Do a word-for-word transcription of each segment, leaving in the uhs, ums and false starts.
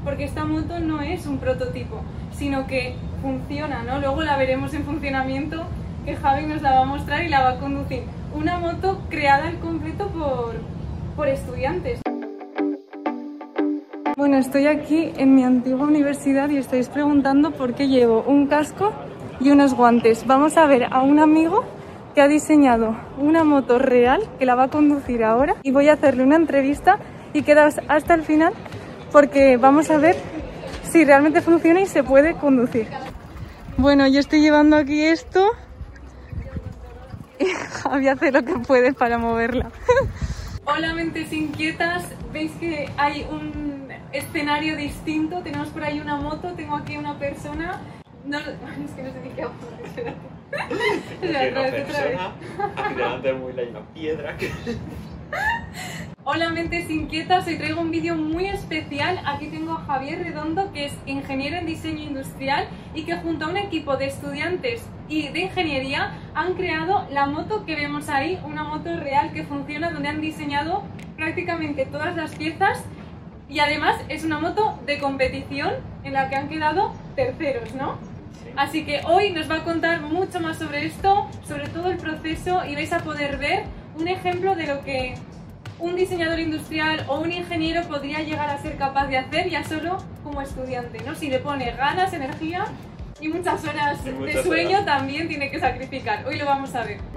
porque esta moto no es un prototipo, sino que funciona, ¿no? Luego la veremos en funcionamiento, que Javi nos la va a mostrar y la va a conducir. Una moto creada al completo por, por estudiantes. Bueno, estoy aquí en mi antigua universidad y estáis preguntando por qué llevo un casco y unos guantes. Vamos a ver a un amigo que ha diseñado una moto real, que la va a conducir ahora, y voy a hacerle una entrevista y quedaos hasta el final porque vamos a ver si realmente funciona y se puede conducir. Bueno, yo estoy llevando aquí esto y Javi hace lo que puede para moverla. Hola, mentes inquietas, veis que hay un escenario distinto, tenemos por ahí una moto, tengo aquí una persona. No, es que no sé ni qué hago, espérate. Espérate, otra vez, otra vez. Aquí delante del móvil hay una piedra. Que... Hola, mentes inquietas, hoy traigo un vídeo muy especial. Aquí tengo a Javier Redondo, que es ingeniero en diseño industrial y que junto a un equipo de estudiantes y de ingeniería han creado la moto que vemos ahí, una moto real que funciona, donde han diseñado prácticamente todas las piezas y además es una moto de competición en la que han quedado terceros, ¿no? Sí. Así que hoy nos va a contar mucho más sobre esto, sobre todo el proceso, y vais a poder ver un ejemplo de lo que un diseñador industrial o un ingeniero podría llegar a ser capaz de hacer ya solo como estudiante, ¿no? Si le pone ganas, energía y muchas horas y muchas de sueño horas. También tiene que sacrificar. Hoy lo vamos a ver.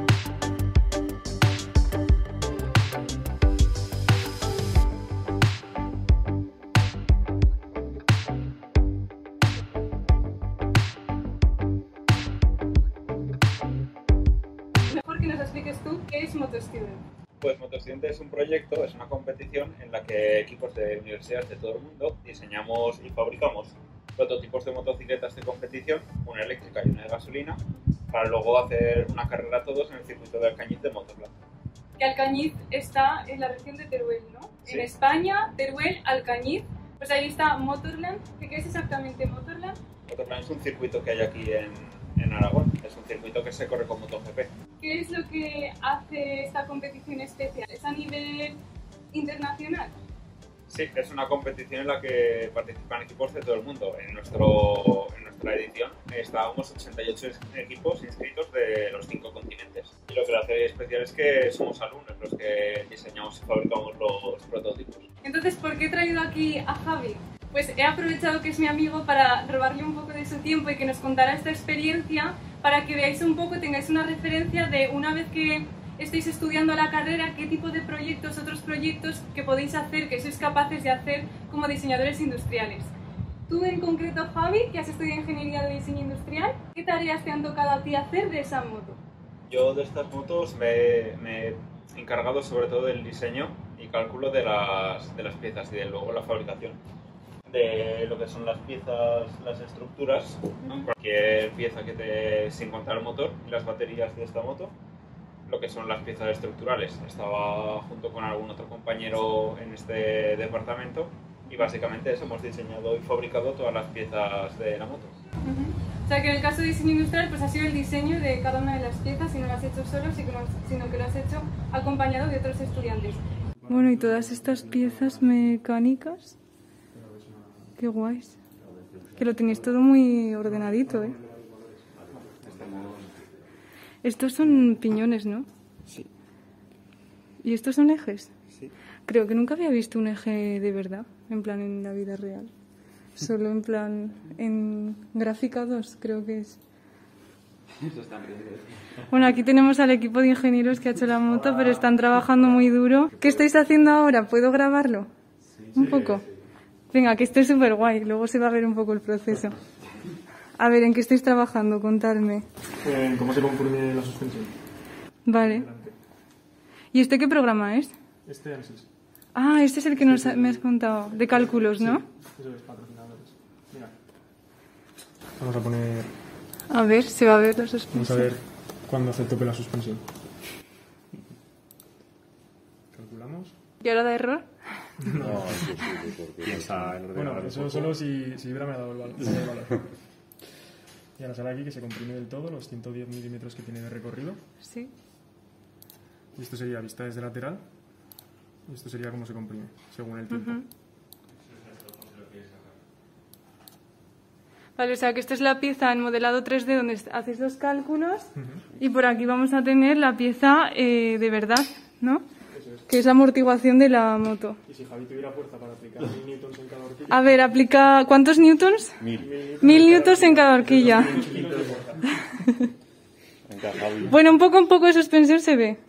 Mejor que nos expliques tú qué es MotoStudent. Pues MotoStudent es un proyecto, es una competición en la que equipos de universidades de todo el mundo diseñamos y fabricamos prototipos de motocicletas de competición, una eléctrica y una de gasolina, para luego hacer una carrera todos en el circuito de Alcañiz de Motorland. Que Alcañiz está en la región de Teruel, ¿no? Sí. En España, Teruel, Alcañiz, pues ahí está Motorland. ¿Qué es exactamente Motorland? Motorland es un circuito que hay aquí en, en Aragón, es un circuito que se corre con MotoGP. ¿Qué es lo que hace esta competición especial? ¿Es a nivel internacional? Sí, es una competición en la que participan equipos de todo el mundo. En, nuestro, en nuestra edición estábamos ochenta y ocho equipos inscritos de los cinco continentes. Y lo que lo hace especial es que somos alumnos los que diseñamos y fabricamos los prototipos. Entonces, ¿por qué he traído aquí a Javi? Pues he aprovechado que es mi amigo para robarle un poco de su tiempo y que nos contara esta experiencia para que veáis un poco, tengáis una referencia de una vez que estéis estudiando la carrera, qué tipo de proyectos, otros proyectos que podéis hacer, que sois capaces de hacer como diseñadores industriales. Tú en concreto, Javi, que has estudiado Ingeniería de Diseño Industrial, ¿qué tareas te han tocado a ti hacer de esa moto? Yo de estas motos me, me he encargado sobre todo del diseño y cálculo de las, de las piezas y de luego la fabricación. De lo que son las piezas, las estructuras, ¿no? Cualquier pieza que te, sin contar el motor y las baterías de esta moto, lo que son las piezas estructurales. Estaba junto con algún otro compañero en este departamento y básicamente eso, hemos diseñado y fabricado todas las piezas de la moto. Uh-huh. O sea que en el caso de diseño industrial pues ha sido el diseño de cada una de las piezas y no lo has hecho solo, sino que lo has hecho acompañado de otros estudiantes. Bueno, y todas estas piezas mecánicas, qué guays. Que lo tenéis todo muy ordenadito, ¿eh? Estos son piñones, ¿no? Sí. ¿Y estos son ejes? Sí. Creo que nunca había visto un eje de verdad, en plan en la vida real. Solo en plan en gráfica dos, creo que es. Eso está bien. Bueno, aquí tenemos al equipo de ingenieros que ha hecho la moto, pero están trabajando muy duro. ¿Qué estáis haciendo ahora? ¿Puedo grabarlo? Sí, un poco. Sí. Venga, que esto es súper guay, luego se va a ver un poco el proceso. A ver, ¿en qué estáis trabajando? Contadme. En cómo se comprime la suspensión. Vale. ¿Y este qué programa es? Este ANSYS. Ah, este es el que nos ha, me has contado, de cálculos, ¿no? Sí, eso es patrocinadores. Mira. Vamos a poner... A ver, se va a ver la suspensión. Vamos a ver cuándo hace el tope la suspensión. Calculamos. ¿Y ahora da error? No, sí, sí, porque piensa en bueno, eso solo si, si Ibra me ha dado el valor. Y ahora sale aquí que se comprime del todo los ciento diez milímetros que tiene de recorrido. Sí. Y esto sería vista desde lateral. Y esto sería cómo se comprime, según el tiempo. Uh-huh. Vale, o sea que esta es la pieza en modelado tres D donde haces los cálculos uh-huh. y por aquí vamos a tener la pieza eh, de verdad, ¿no? Eso es. Que es la amortiguación de la moto. Y si Javi tuviera fuerza para aplicar mil newtons en cada horquilla... A ver, aplica... ¿Cuántos newtons? Mil. Mil newtons en cada horquilla. Bueno, un poco un poco de suspensión se ve.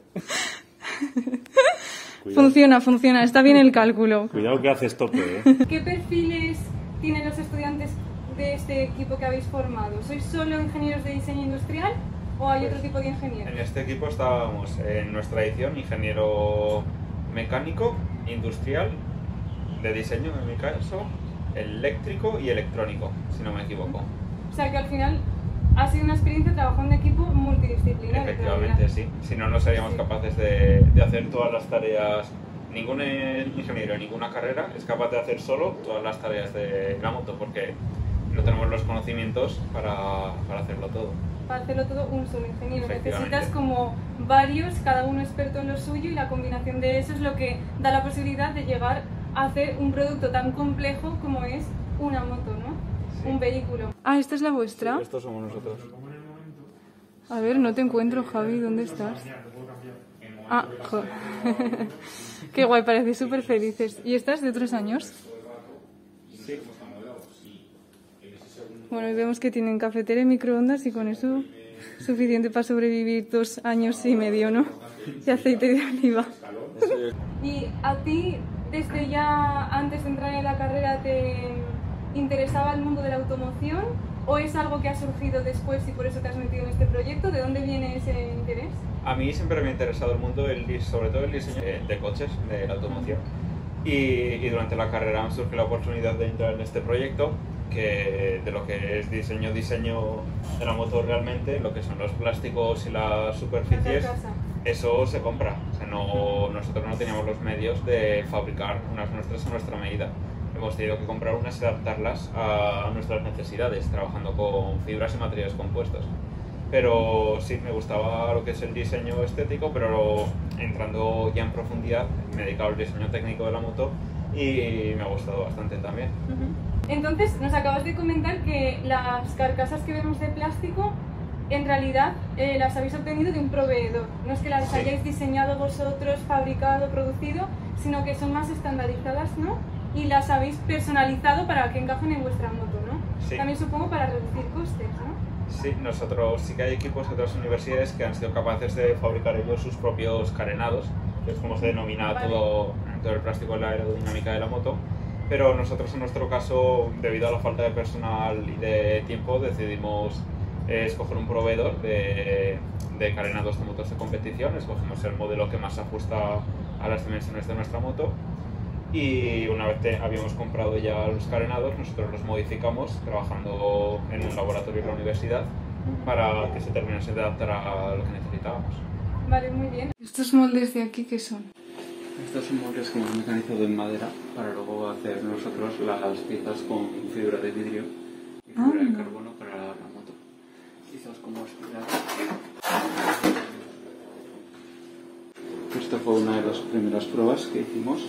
Cuidado. Funciona, funciona. Está bien el cálculo. Cuidado que haces tope, ¿eh? ¿Qué perfiles tienen los estudiantes de este equipo que habéis formado? ¿Sois solo ingenieros de diseño industrial o hay otro tipo de ingenieros? En este equipo estábamos en nuestra edición ingeniero mecánico, industrial, de diseño en mi caso, eléctrico y electrónico, si no me equivoco. O sea que al final ha sido una experiencia trabajando en equipo multidisciplinar. Efectivamente, sí. Si no, no seríamos sí. capaces de, de hacer todas las tareas. Ningún ingeniero en ninguna carrera es capaz de hacer solo todas las tareas de la moto porque no tenemos los conocimientos para, para hacerlo todo. Para hacerlo todo un solo ingeniero. Necesitas como varios, cada uno experto en lo suyo y la combinación de eso es lo que da la posibilidad de llegar a hacer un producto tan complejo como es una moto, ¿no? Sí. Un vehículo. Ah, ¿esta es la vuestra? Sí, estos somos nosotros. A ver, no te encuentro, Javi, ¿dónde estás? Ah, joder. Qué guay, parecéis súper felices. ¿Y estas de otros años? Sí. Bueno, y vemos que tienen cafetera y microondas y con eso es suficiente para sobrevivir dos años y medio, ¿no? De aceite de oliva. ¿Y a ti, desde ya antes de entrar en la carrera, te interesaba el mundo de la automoción? ¿O es algo que ha surgido después y por eso te has metido en este proyecto? ¿De dónde viene ese interés? A mí siempre me ha interesado el mundo, el, sobre todo el diseño de coches, de la automoción. Y, y durante la carrera me surgió la oportunidad de entrar en este proyecto, que de lo que es diseño, diseño de la moto realmente, lo que son los plásticos y las superficies, eso se compra. O sea, no, nosotros no teníamos los medios de fabricar unas nuestras a nuestra medida. Hemos tenido que comprar unas y adaptarlas a, a nuestras necesidades, trabajando con fibras y materiales compuestos. Pero sí, me gustaba lo que es el diseño estético, pero entrando ya en profundidad, me he dedicado al diseño técnico de la moto y me ha gustado bastante también. Uh-huh. Entonces, nos acabas de comentar que las carcasas que vemos de plástico, en realidad eh, las habéis obtenido de un proveedor. No es que las sí. hayáis diseñado vosotros, fabricado, producido, sino que son más estandarizadas, ¿no? Y las habéis personalizado para que encajen en vuestra moto, ¿no? Sí. También supongo para reducir costes, ¿no? Sí, nosotros sí que hay equipos de otras universidades que han sido capaces de fabricar ellos sus propios carenados, que es como se denomina vale. todo, todo el plástico de la aerodinámica de la moto. Pero nosotros en nuestro caso, debido a la falta de personal y de tiempo, decidimos eh, escoger un proveedor de, de carenados de motos de competición. Escogimos el modelo que más se ajusta a las dimensiones de nuestra moto. Y una vez que habíamos comprado ya los carenados, nosotros los modificamos trabajando en un laboratorio de la universidad para que se terminase de adaptar a lo que necesitábamos. Vale, muy bien. ¿Estos moldes de aquí qué son? Estos son moldes que hemos mecanizado en madera para luego hacer nosotros las piezas con fibra de vidrio y fibra ah, de carbono para la moto. Quizás como espiral. Esta fue una de las primeras pruebas que hicimos.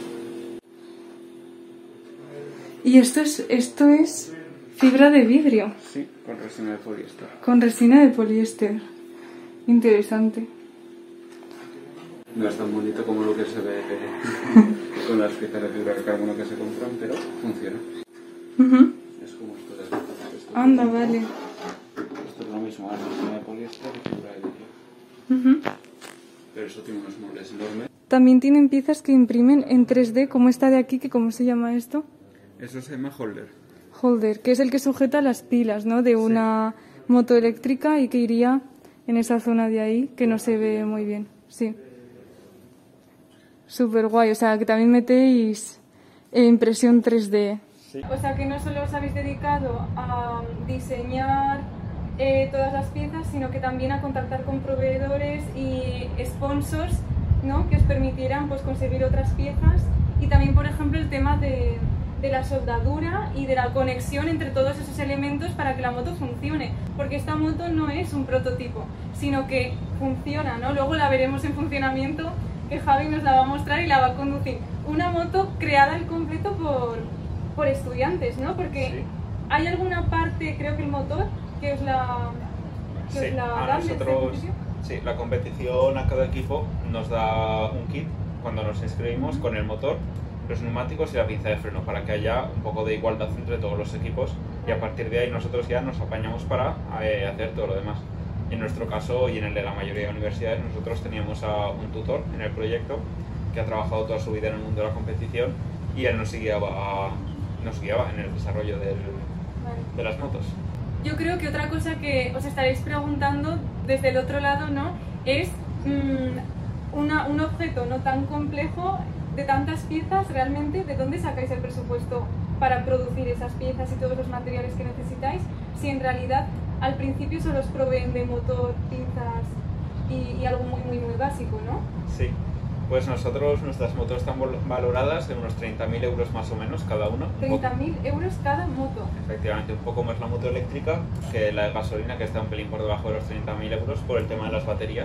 ¿Y esto es, esto es fibra de vidrio? Sí, con resina de poliéster. Con resina de poliéster. Interesante. No es tan bonito como lo que se ve con las piezas de fibra de carbono que se compran, pero funciona. Uh-huh. Es como esto de esto. Anda, vale. Esto es lo mismo, la resina de poliéster y fibra de vidrio. Uh-huh. Pero eso tiene unos moldes enormes. También tienen piezas que imprimen en tres D, como esta de aquí, que ¿cómo se llama esto? Eso se llama holder. Holder, que es el que sujeta las pilas, ¿no? De una sí. moto eléctrica y que iría en esa zona de ahí, que no se ve muy bien. Sí. Súper guay, o sea, que también metéis eh, impresión tres D. Sí. O sea, que no solo os habéis dedicado a diseñar eh, todas las piezas, sino que también a contactar con proveedores y sponsors, ¿no? Que os permitieran pues, conseguir otras piezas. Y también, por ejemplo, el tema de... de la soldadura y de la conexión entre todos esos elementos para que la moto funcione, porque esta moto no es un prototipo, sino que funciona, ¿no? Luego la veremos en funcionamiento, que Javi nos la va a mostrar y la va a conducir. Una moto creada al completo por, por estudiantes, ¿no? Porque sí. ¿hay alguna parte, creo que el motor, que es la, que sí, es la a grande, nosotros, sí, la competición a cada equipo nos da un kit cuando nos inscribimos con el motor, los neumáticos y la pinza de freno para que haya un poco de igualdad entre todos los equipos y a partir de ahí nosotros ya nos apañamos para eh, hacer todo lo demás. En nuestro caso y en el de la mayoría de universidades nosotros teníamos a un tutor en el proyecto que ha trabajado toda su vida en el mundo de la competición y él nos guiaba, nos guiaba en el desarrollo del, de las motos. Yo creo que otra cosa que os estaréis preguntando desde el otro lado, ¿no? Es mmm, una, un objeto no tan complejo, de tantas piezas, realmente, ¿de dónde sacáis el presupuesto para producir esas piezas y todos los materiales que necesitáis? Si en realidad al principio solo os proveen de motor, pinzas y, y algo muy, muy, muy básico, ¿no? Sí, pues nosotros, nuestras motos están valoradas en unos treinta mil euros más o menos cada uno. treinta mil euros cada moto. Efectivamente, un poco más la moto eléctrica que la de gasolina, que está un pelín por debajo de los treinta mil euros por el tema de las baterías.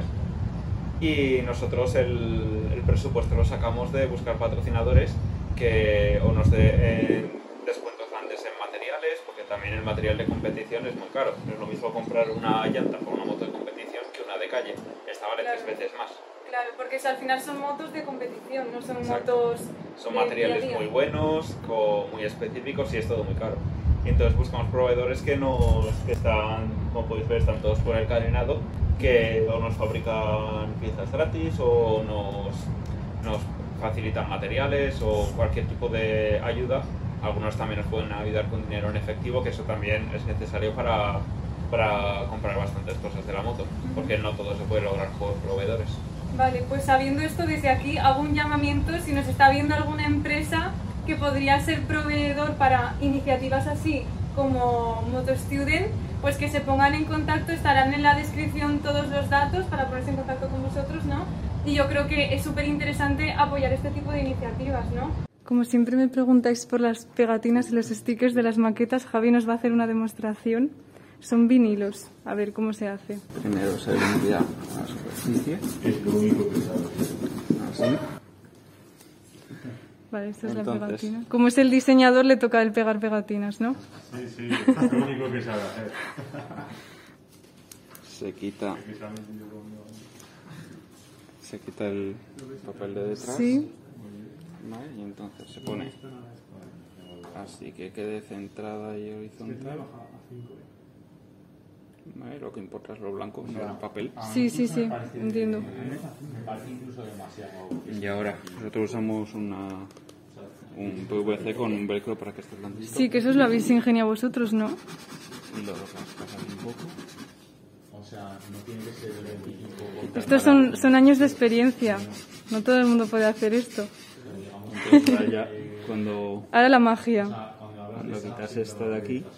Y nosotros el, el presupuesto lo sacamos de buscar patrocinadores que o nos den eh, descuentos grandes en materiales, porque también el material de competición es muy caro. No es lo mismo comprar una llanta por una moto de competición que una de calle. Esta vale Claro. tres veces más. Claro, porque al final son motos de competición, no son Exacto. motos. Son de materiales día a día. muy buenos, co- muy específicos y es todo muy caro. Y entonces buscamos proveedores que nos que están, como podéis ver, están todos por el carenado, que o nos fabrican piezas gratis o nos, nos facilitan materiales o cualquier tipo de ayuda. Algunos también nos pueden ayudar con dinero en efectivo, que eso también es necesario para, para comprar bastantes cosas de la moto, porque no todo se puede lograr por proveedores. Vale, pues sabiendo esto, desde aquí hago un llamamiento si nos está viendo alguna empresa que podría ser proveedor para iniciativas así como Moto Student, pues que se pongan en contacto, estarán en la descripción todos los datos para ponerse en contacto con vosotros, ¿no? Y yo creo que es súper interesante apoyar este tipo de iniciativas, ¿no? Como siempre me preguntáis por las pegatinas y los stickers de las maquetas, Javi nos va a hacer una demostración. Son vinilos, a ver cómo se hace. Primero se limpia la superficie. Es lo único que sabe hacer. Así. Vale, esta es Entonces, la pegatina. Como es el diseñador, le toca el pegar pegatinas, ¿no? Sí, sí, es lo único que sabe hacer. Se quita, se quita el papel de detrás. Sí. ¿Vale? Y entonces se pone así que quede centrada y horizontal. ¿Vale? Lo que importa es lo blanco, no el papel. Sí, sí, sí, entiendo. Me parece incluso demasiado. Y ahora nosotros usamos una, un P V C con un velcro para que esté blandito. Sí, que eso os lo habéis ingeniado vosotros, ¿no? Y lo pasas un poco. O sea, no tiene que ser el equipo. Estos son, son años de experiencia. No todo el mundo puede hacer esto. Entonces ahora ya, cuando, Ahora la magia. cuando quitas esta de aquí,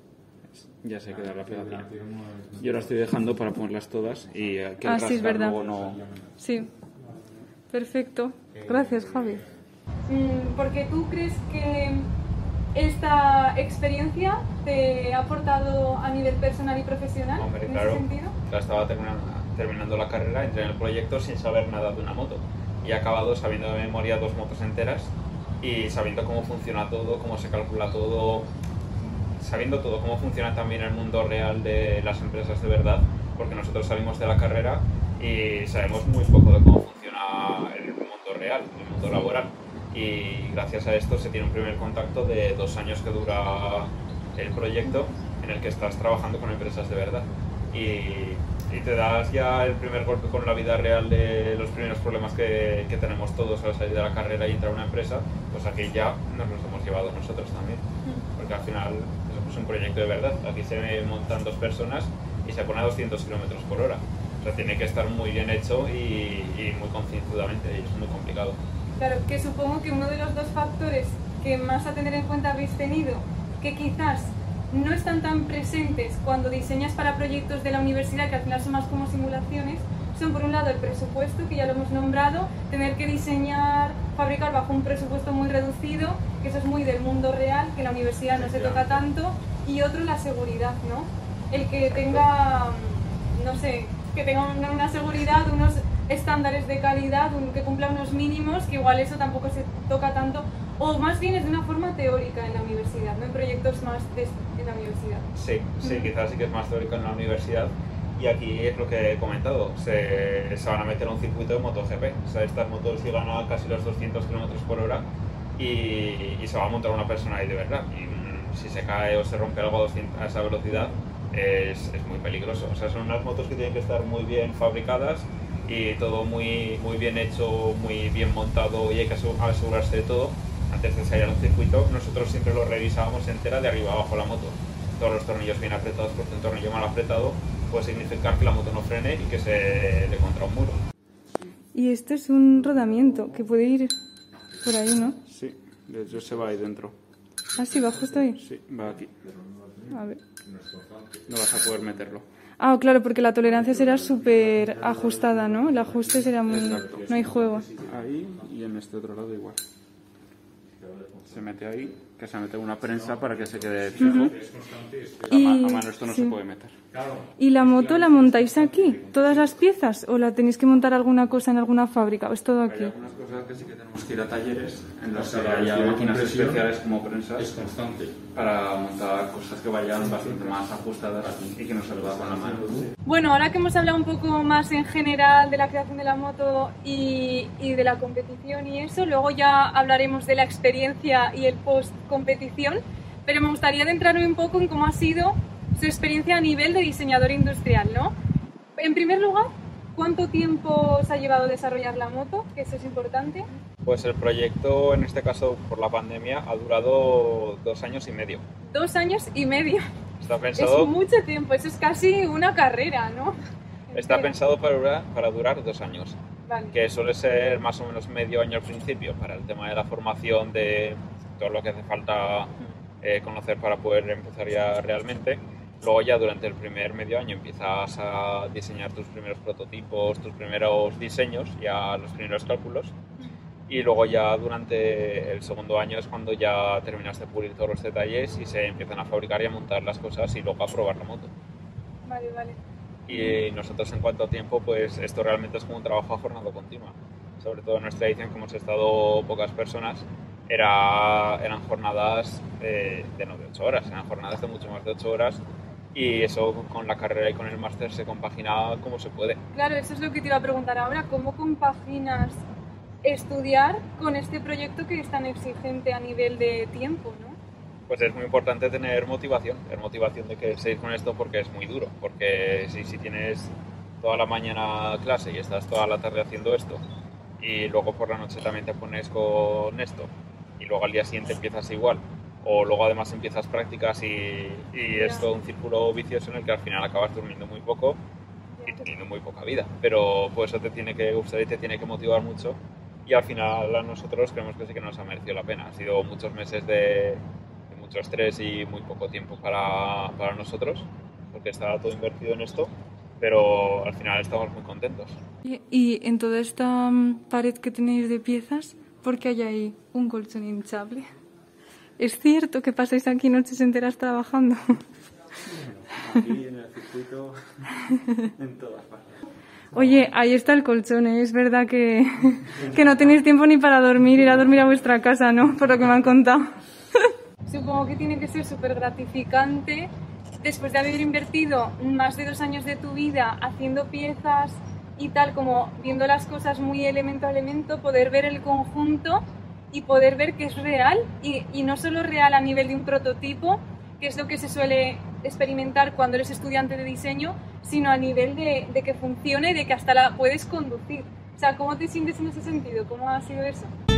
ya se queda la pegatina. Yo la estoy dejando para ponerlas todas y eh, que Ah, el sí, es rasgar verdad. luego no... Sí. Perfecto. Gracias, Javi. Mm, Porque tú crees que esta experiencia te ha aportado a nivel personal y profesional. Hombre, en claro. ese sentido. Ya estaba terminando, terminando la carrera, entré en el proyecto sin saber nada de una moto y he acabado sabiendo de memoria dos motos enteras y sabiendo cómo funciona todo, cómo se calcula todo, sabiendo todo, cómo funciona también el mundo real de las empresas de verdad, porque nosotros salimos de la carrera y sabemos muy poco de cómo funciona el mundo real, el mundo laboral. Y gracias a esto se tiene un primer contacto de dos años que dura el proyecto en el que estás trabajando con empresas de verdad. Y, y te das ya el primer golpe con la vida real de los primeros problemas que, que tenemos todos al salir de la carrera y entrar a una empresa, pues aquí ya nos los hemos llevado nosotros también. Porque al final es un proyecto de verdad. Aquí se montan dos personas y se pone a doscientos kilómetros por hora. O sea, tiene que estar muy bien hecho y, y muy concienzudamente, y es muy complicado. Claro, que supongo que uno de los dos factores que más a tener en cuenta habéis tenido, que quizás no están tan presentes cuando diseñas para proyectos de la universidad, que al final son más como simulaciones, son por un lado el presupuesto, que ya lo hemos nombrado, tener que diseñar, fabricar bajo un presupuesto muy reducido, que eso es muy del mundo real, que en la universidad no se toca tanto, y otro la seguridad, ¿no? El que tenga, no sé, que tenga una, una seguridad, unos estándares de calidad, un, que cumpla unos mínimos, que igual eso tampoco se toca tanto o más bien es de una forma teórica en la universidad, ¿no? En proyectos más de, en la universidad. Sí, sí, quizás sí que es más teórico en la universidad. Y aquí es lo que he comentado, se, se van a meter a un circuito de MotoGP. O sea, estas motos llegan a casi los doscientos kilómetros por hora y, y se va a montar una persona ahí de verdad. Y mm, si se cae o se rompe algo a, doscientos, a esa velocidad es, es muy peligroso. O sea, son unas motos que tienen que estar muy bien fabricadas y todo muy, muy bien hecho, muy bien montado, y hay que asegurarse de todo antes de salir a un circuito. Nosotros siempre lo revisábamos entera de arriba abajo la moto. Todos los tornillos bien apretados, porque un tornillo mal apretado puede significar que la moto no frene y que se dé contra un muro. Y esto es un rodamiento que puede ir por ahí, ¿no? Sí, de hecho se va ahí dentro. Ah, sí, va justo ahí. Sí, va aquí. A ver. No vas a poder meterlo. Ah, claro, porque la tolerancia será súper ajustada, ¿no? El ajuste será muy... Exacto. No hay juego. Ahí y en este otro lado igual. Se mete ahí, que se mete una prensa para que se quede fijo. Uh-huh. A, ma a mano esto no sí. se puede meter. ¿Y la moto la montáis aquí? ¿Todas las piezas? ¿O la tenéis que montar alguna cosa en alguna fábrica? ¿O es todo aquí? Hay algunas cosas que sí que tenemos que ir a talleres en los que haya máquinas especiales como prensas es constante para montar cosas que vayan bastante más ajustadas y que no se va con la mano. Bueno, ahora que hemos hablado un poco más en general de la creación de la moto y, y de la competición y eso, luego ya hablaremos de la experiencia y el post-competición, pero me gustaría adentrarme un poco en cómo ha sido su experiencia a nivel de diseñador industrial, ¿no? En primer lugar, ¿cuánto tiempo os ha llevado desarrollar la moto? Que eso es importante. Pues el proyecto, en este caso por la pandemia, ha durado dos años y medio. Dos años y medio. Está pensado... Es mucho tiempo, eso es casi una carrera, ¿no? Está pensado para durar, para durar dos años. Vale. Que suele ser más o menos medio año al principio para el tema de la formación, de todo lo que hace falta eh, conocer para poder empezar ya realmente. Luego ya durante el primer medio año empiezas a diseñar tus primeros prototipos, tus primeros diseños, ya los primeros cálculos. Y luego ya durante el segundo año es cuando ya terminas de pulir todos los detalles y se empiezan a fabricar y a montar las cosas y luego a probar la moto. Vale, vale. Y nosotros en cuanto a tiempo, pues esto realmente es como un trabajo a jornada continua. Sobre todo en nuestra edición, que hemos estado pocas personas, era, eran jornadas de, de no de ocho horas, eran jornadas de mucho más de ocho horas. Y eso con la carrera y con el máster se compagina como se puede. Claro, eso es lo que te iba a preguntar ahora. ¿Cómo compaginas estudiar con este proyecto que es tan exigente a nivel de tiempo, ¿no? Pues es muy importante tener motivación, tener motivación de que seguir con esto porque es muy duro. Porque si, si tienes toda la mañana clase y estás toda la tarde haciendo esto y luego por la noche también te pones con esto y luego al día siguiente empiezas igual, o luego además empiezas prácticas y, y es todo un círculo vicioso en el que al final acabas durmiendo muy poco y teniendo muy poca vida. Pero pues eso te tiene que gustar y te tiene que motivar mucho, y al final a nosotros creemos que sí que nos ha merecido la pena. Han sido muchos meses de, de mucho estrés y muy poco tiempo para, para nosotros, porque estaba todo invertido en esto, pero al final estamos muy contentos. Y, y en toda esta um, pared que tenéis de piezas, ¿por qué hay ahí un colchón hinchable? ¿Es cierto que pasáis aquí noches enteras trabajando? Aquí en el circuito, en todas partes. Oye, ahí está el colchón, ¿eh? Es verdad que, que no tenéis tiempo ni para dormir, ir a dormir a vuestra casa, ¿no? Por lo que me han contado. Supongo que tiene que ser súper gratificante después de haber invertido más de dos años de tu vida haciendo piezas y tal, como viendo las cosas muy elemento a elemento, poder ver el conjunto y poder ver que es real, y, y no solo real a nivel de un prototipo, que es lo que se suele experimentar cuando eres estudiante de diseño, sino a nivel de, de que funcione y de que hasta la puedes conducir. O sea, ¿cómo te sientes en ese sentido? ¿Cómo ha sido eso?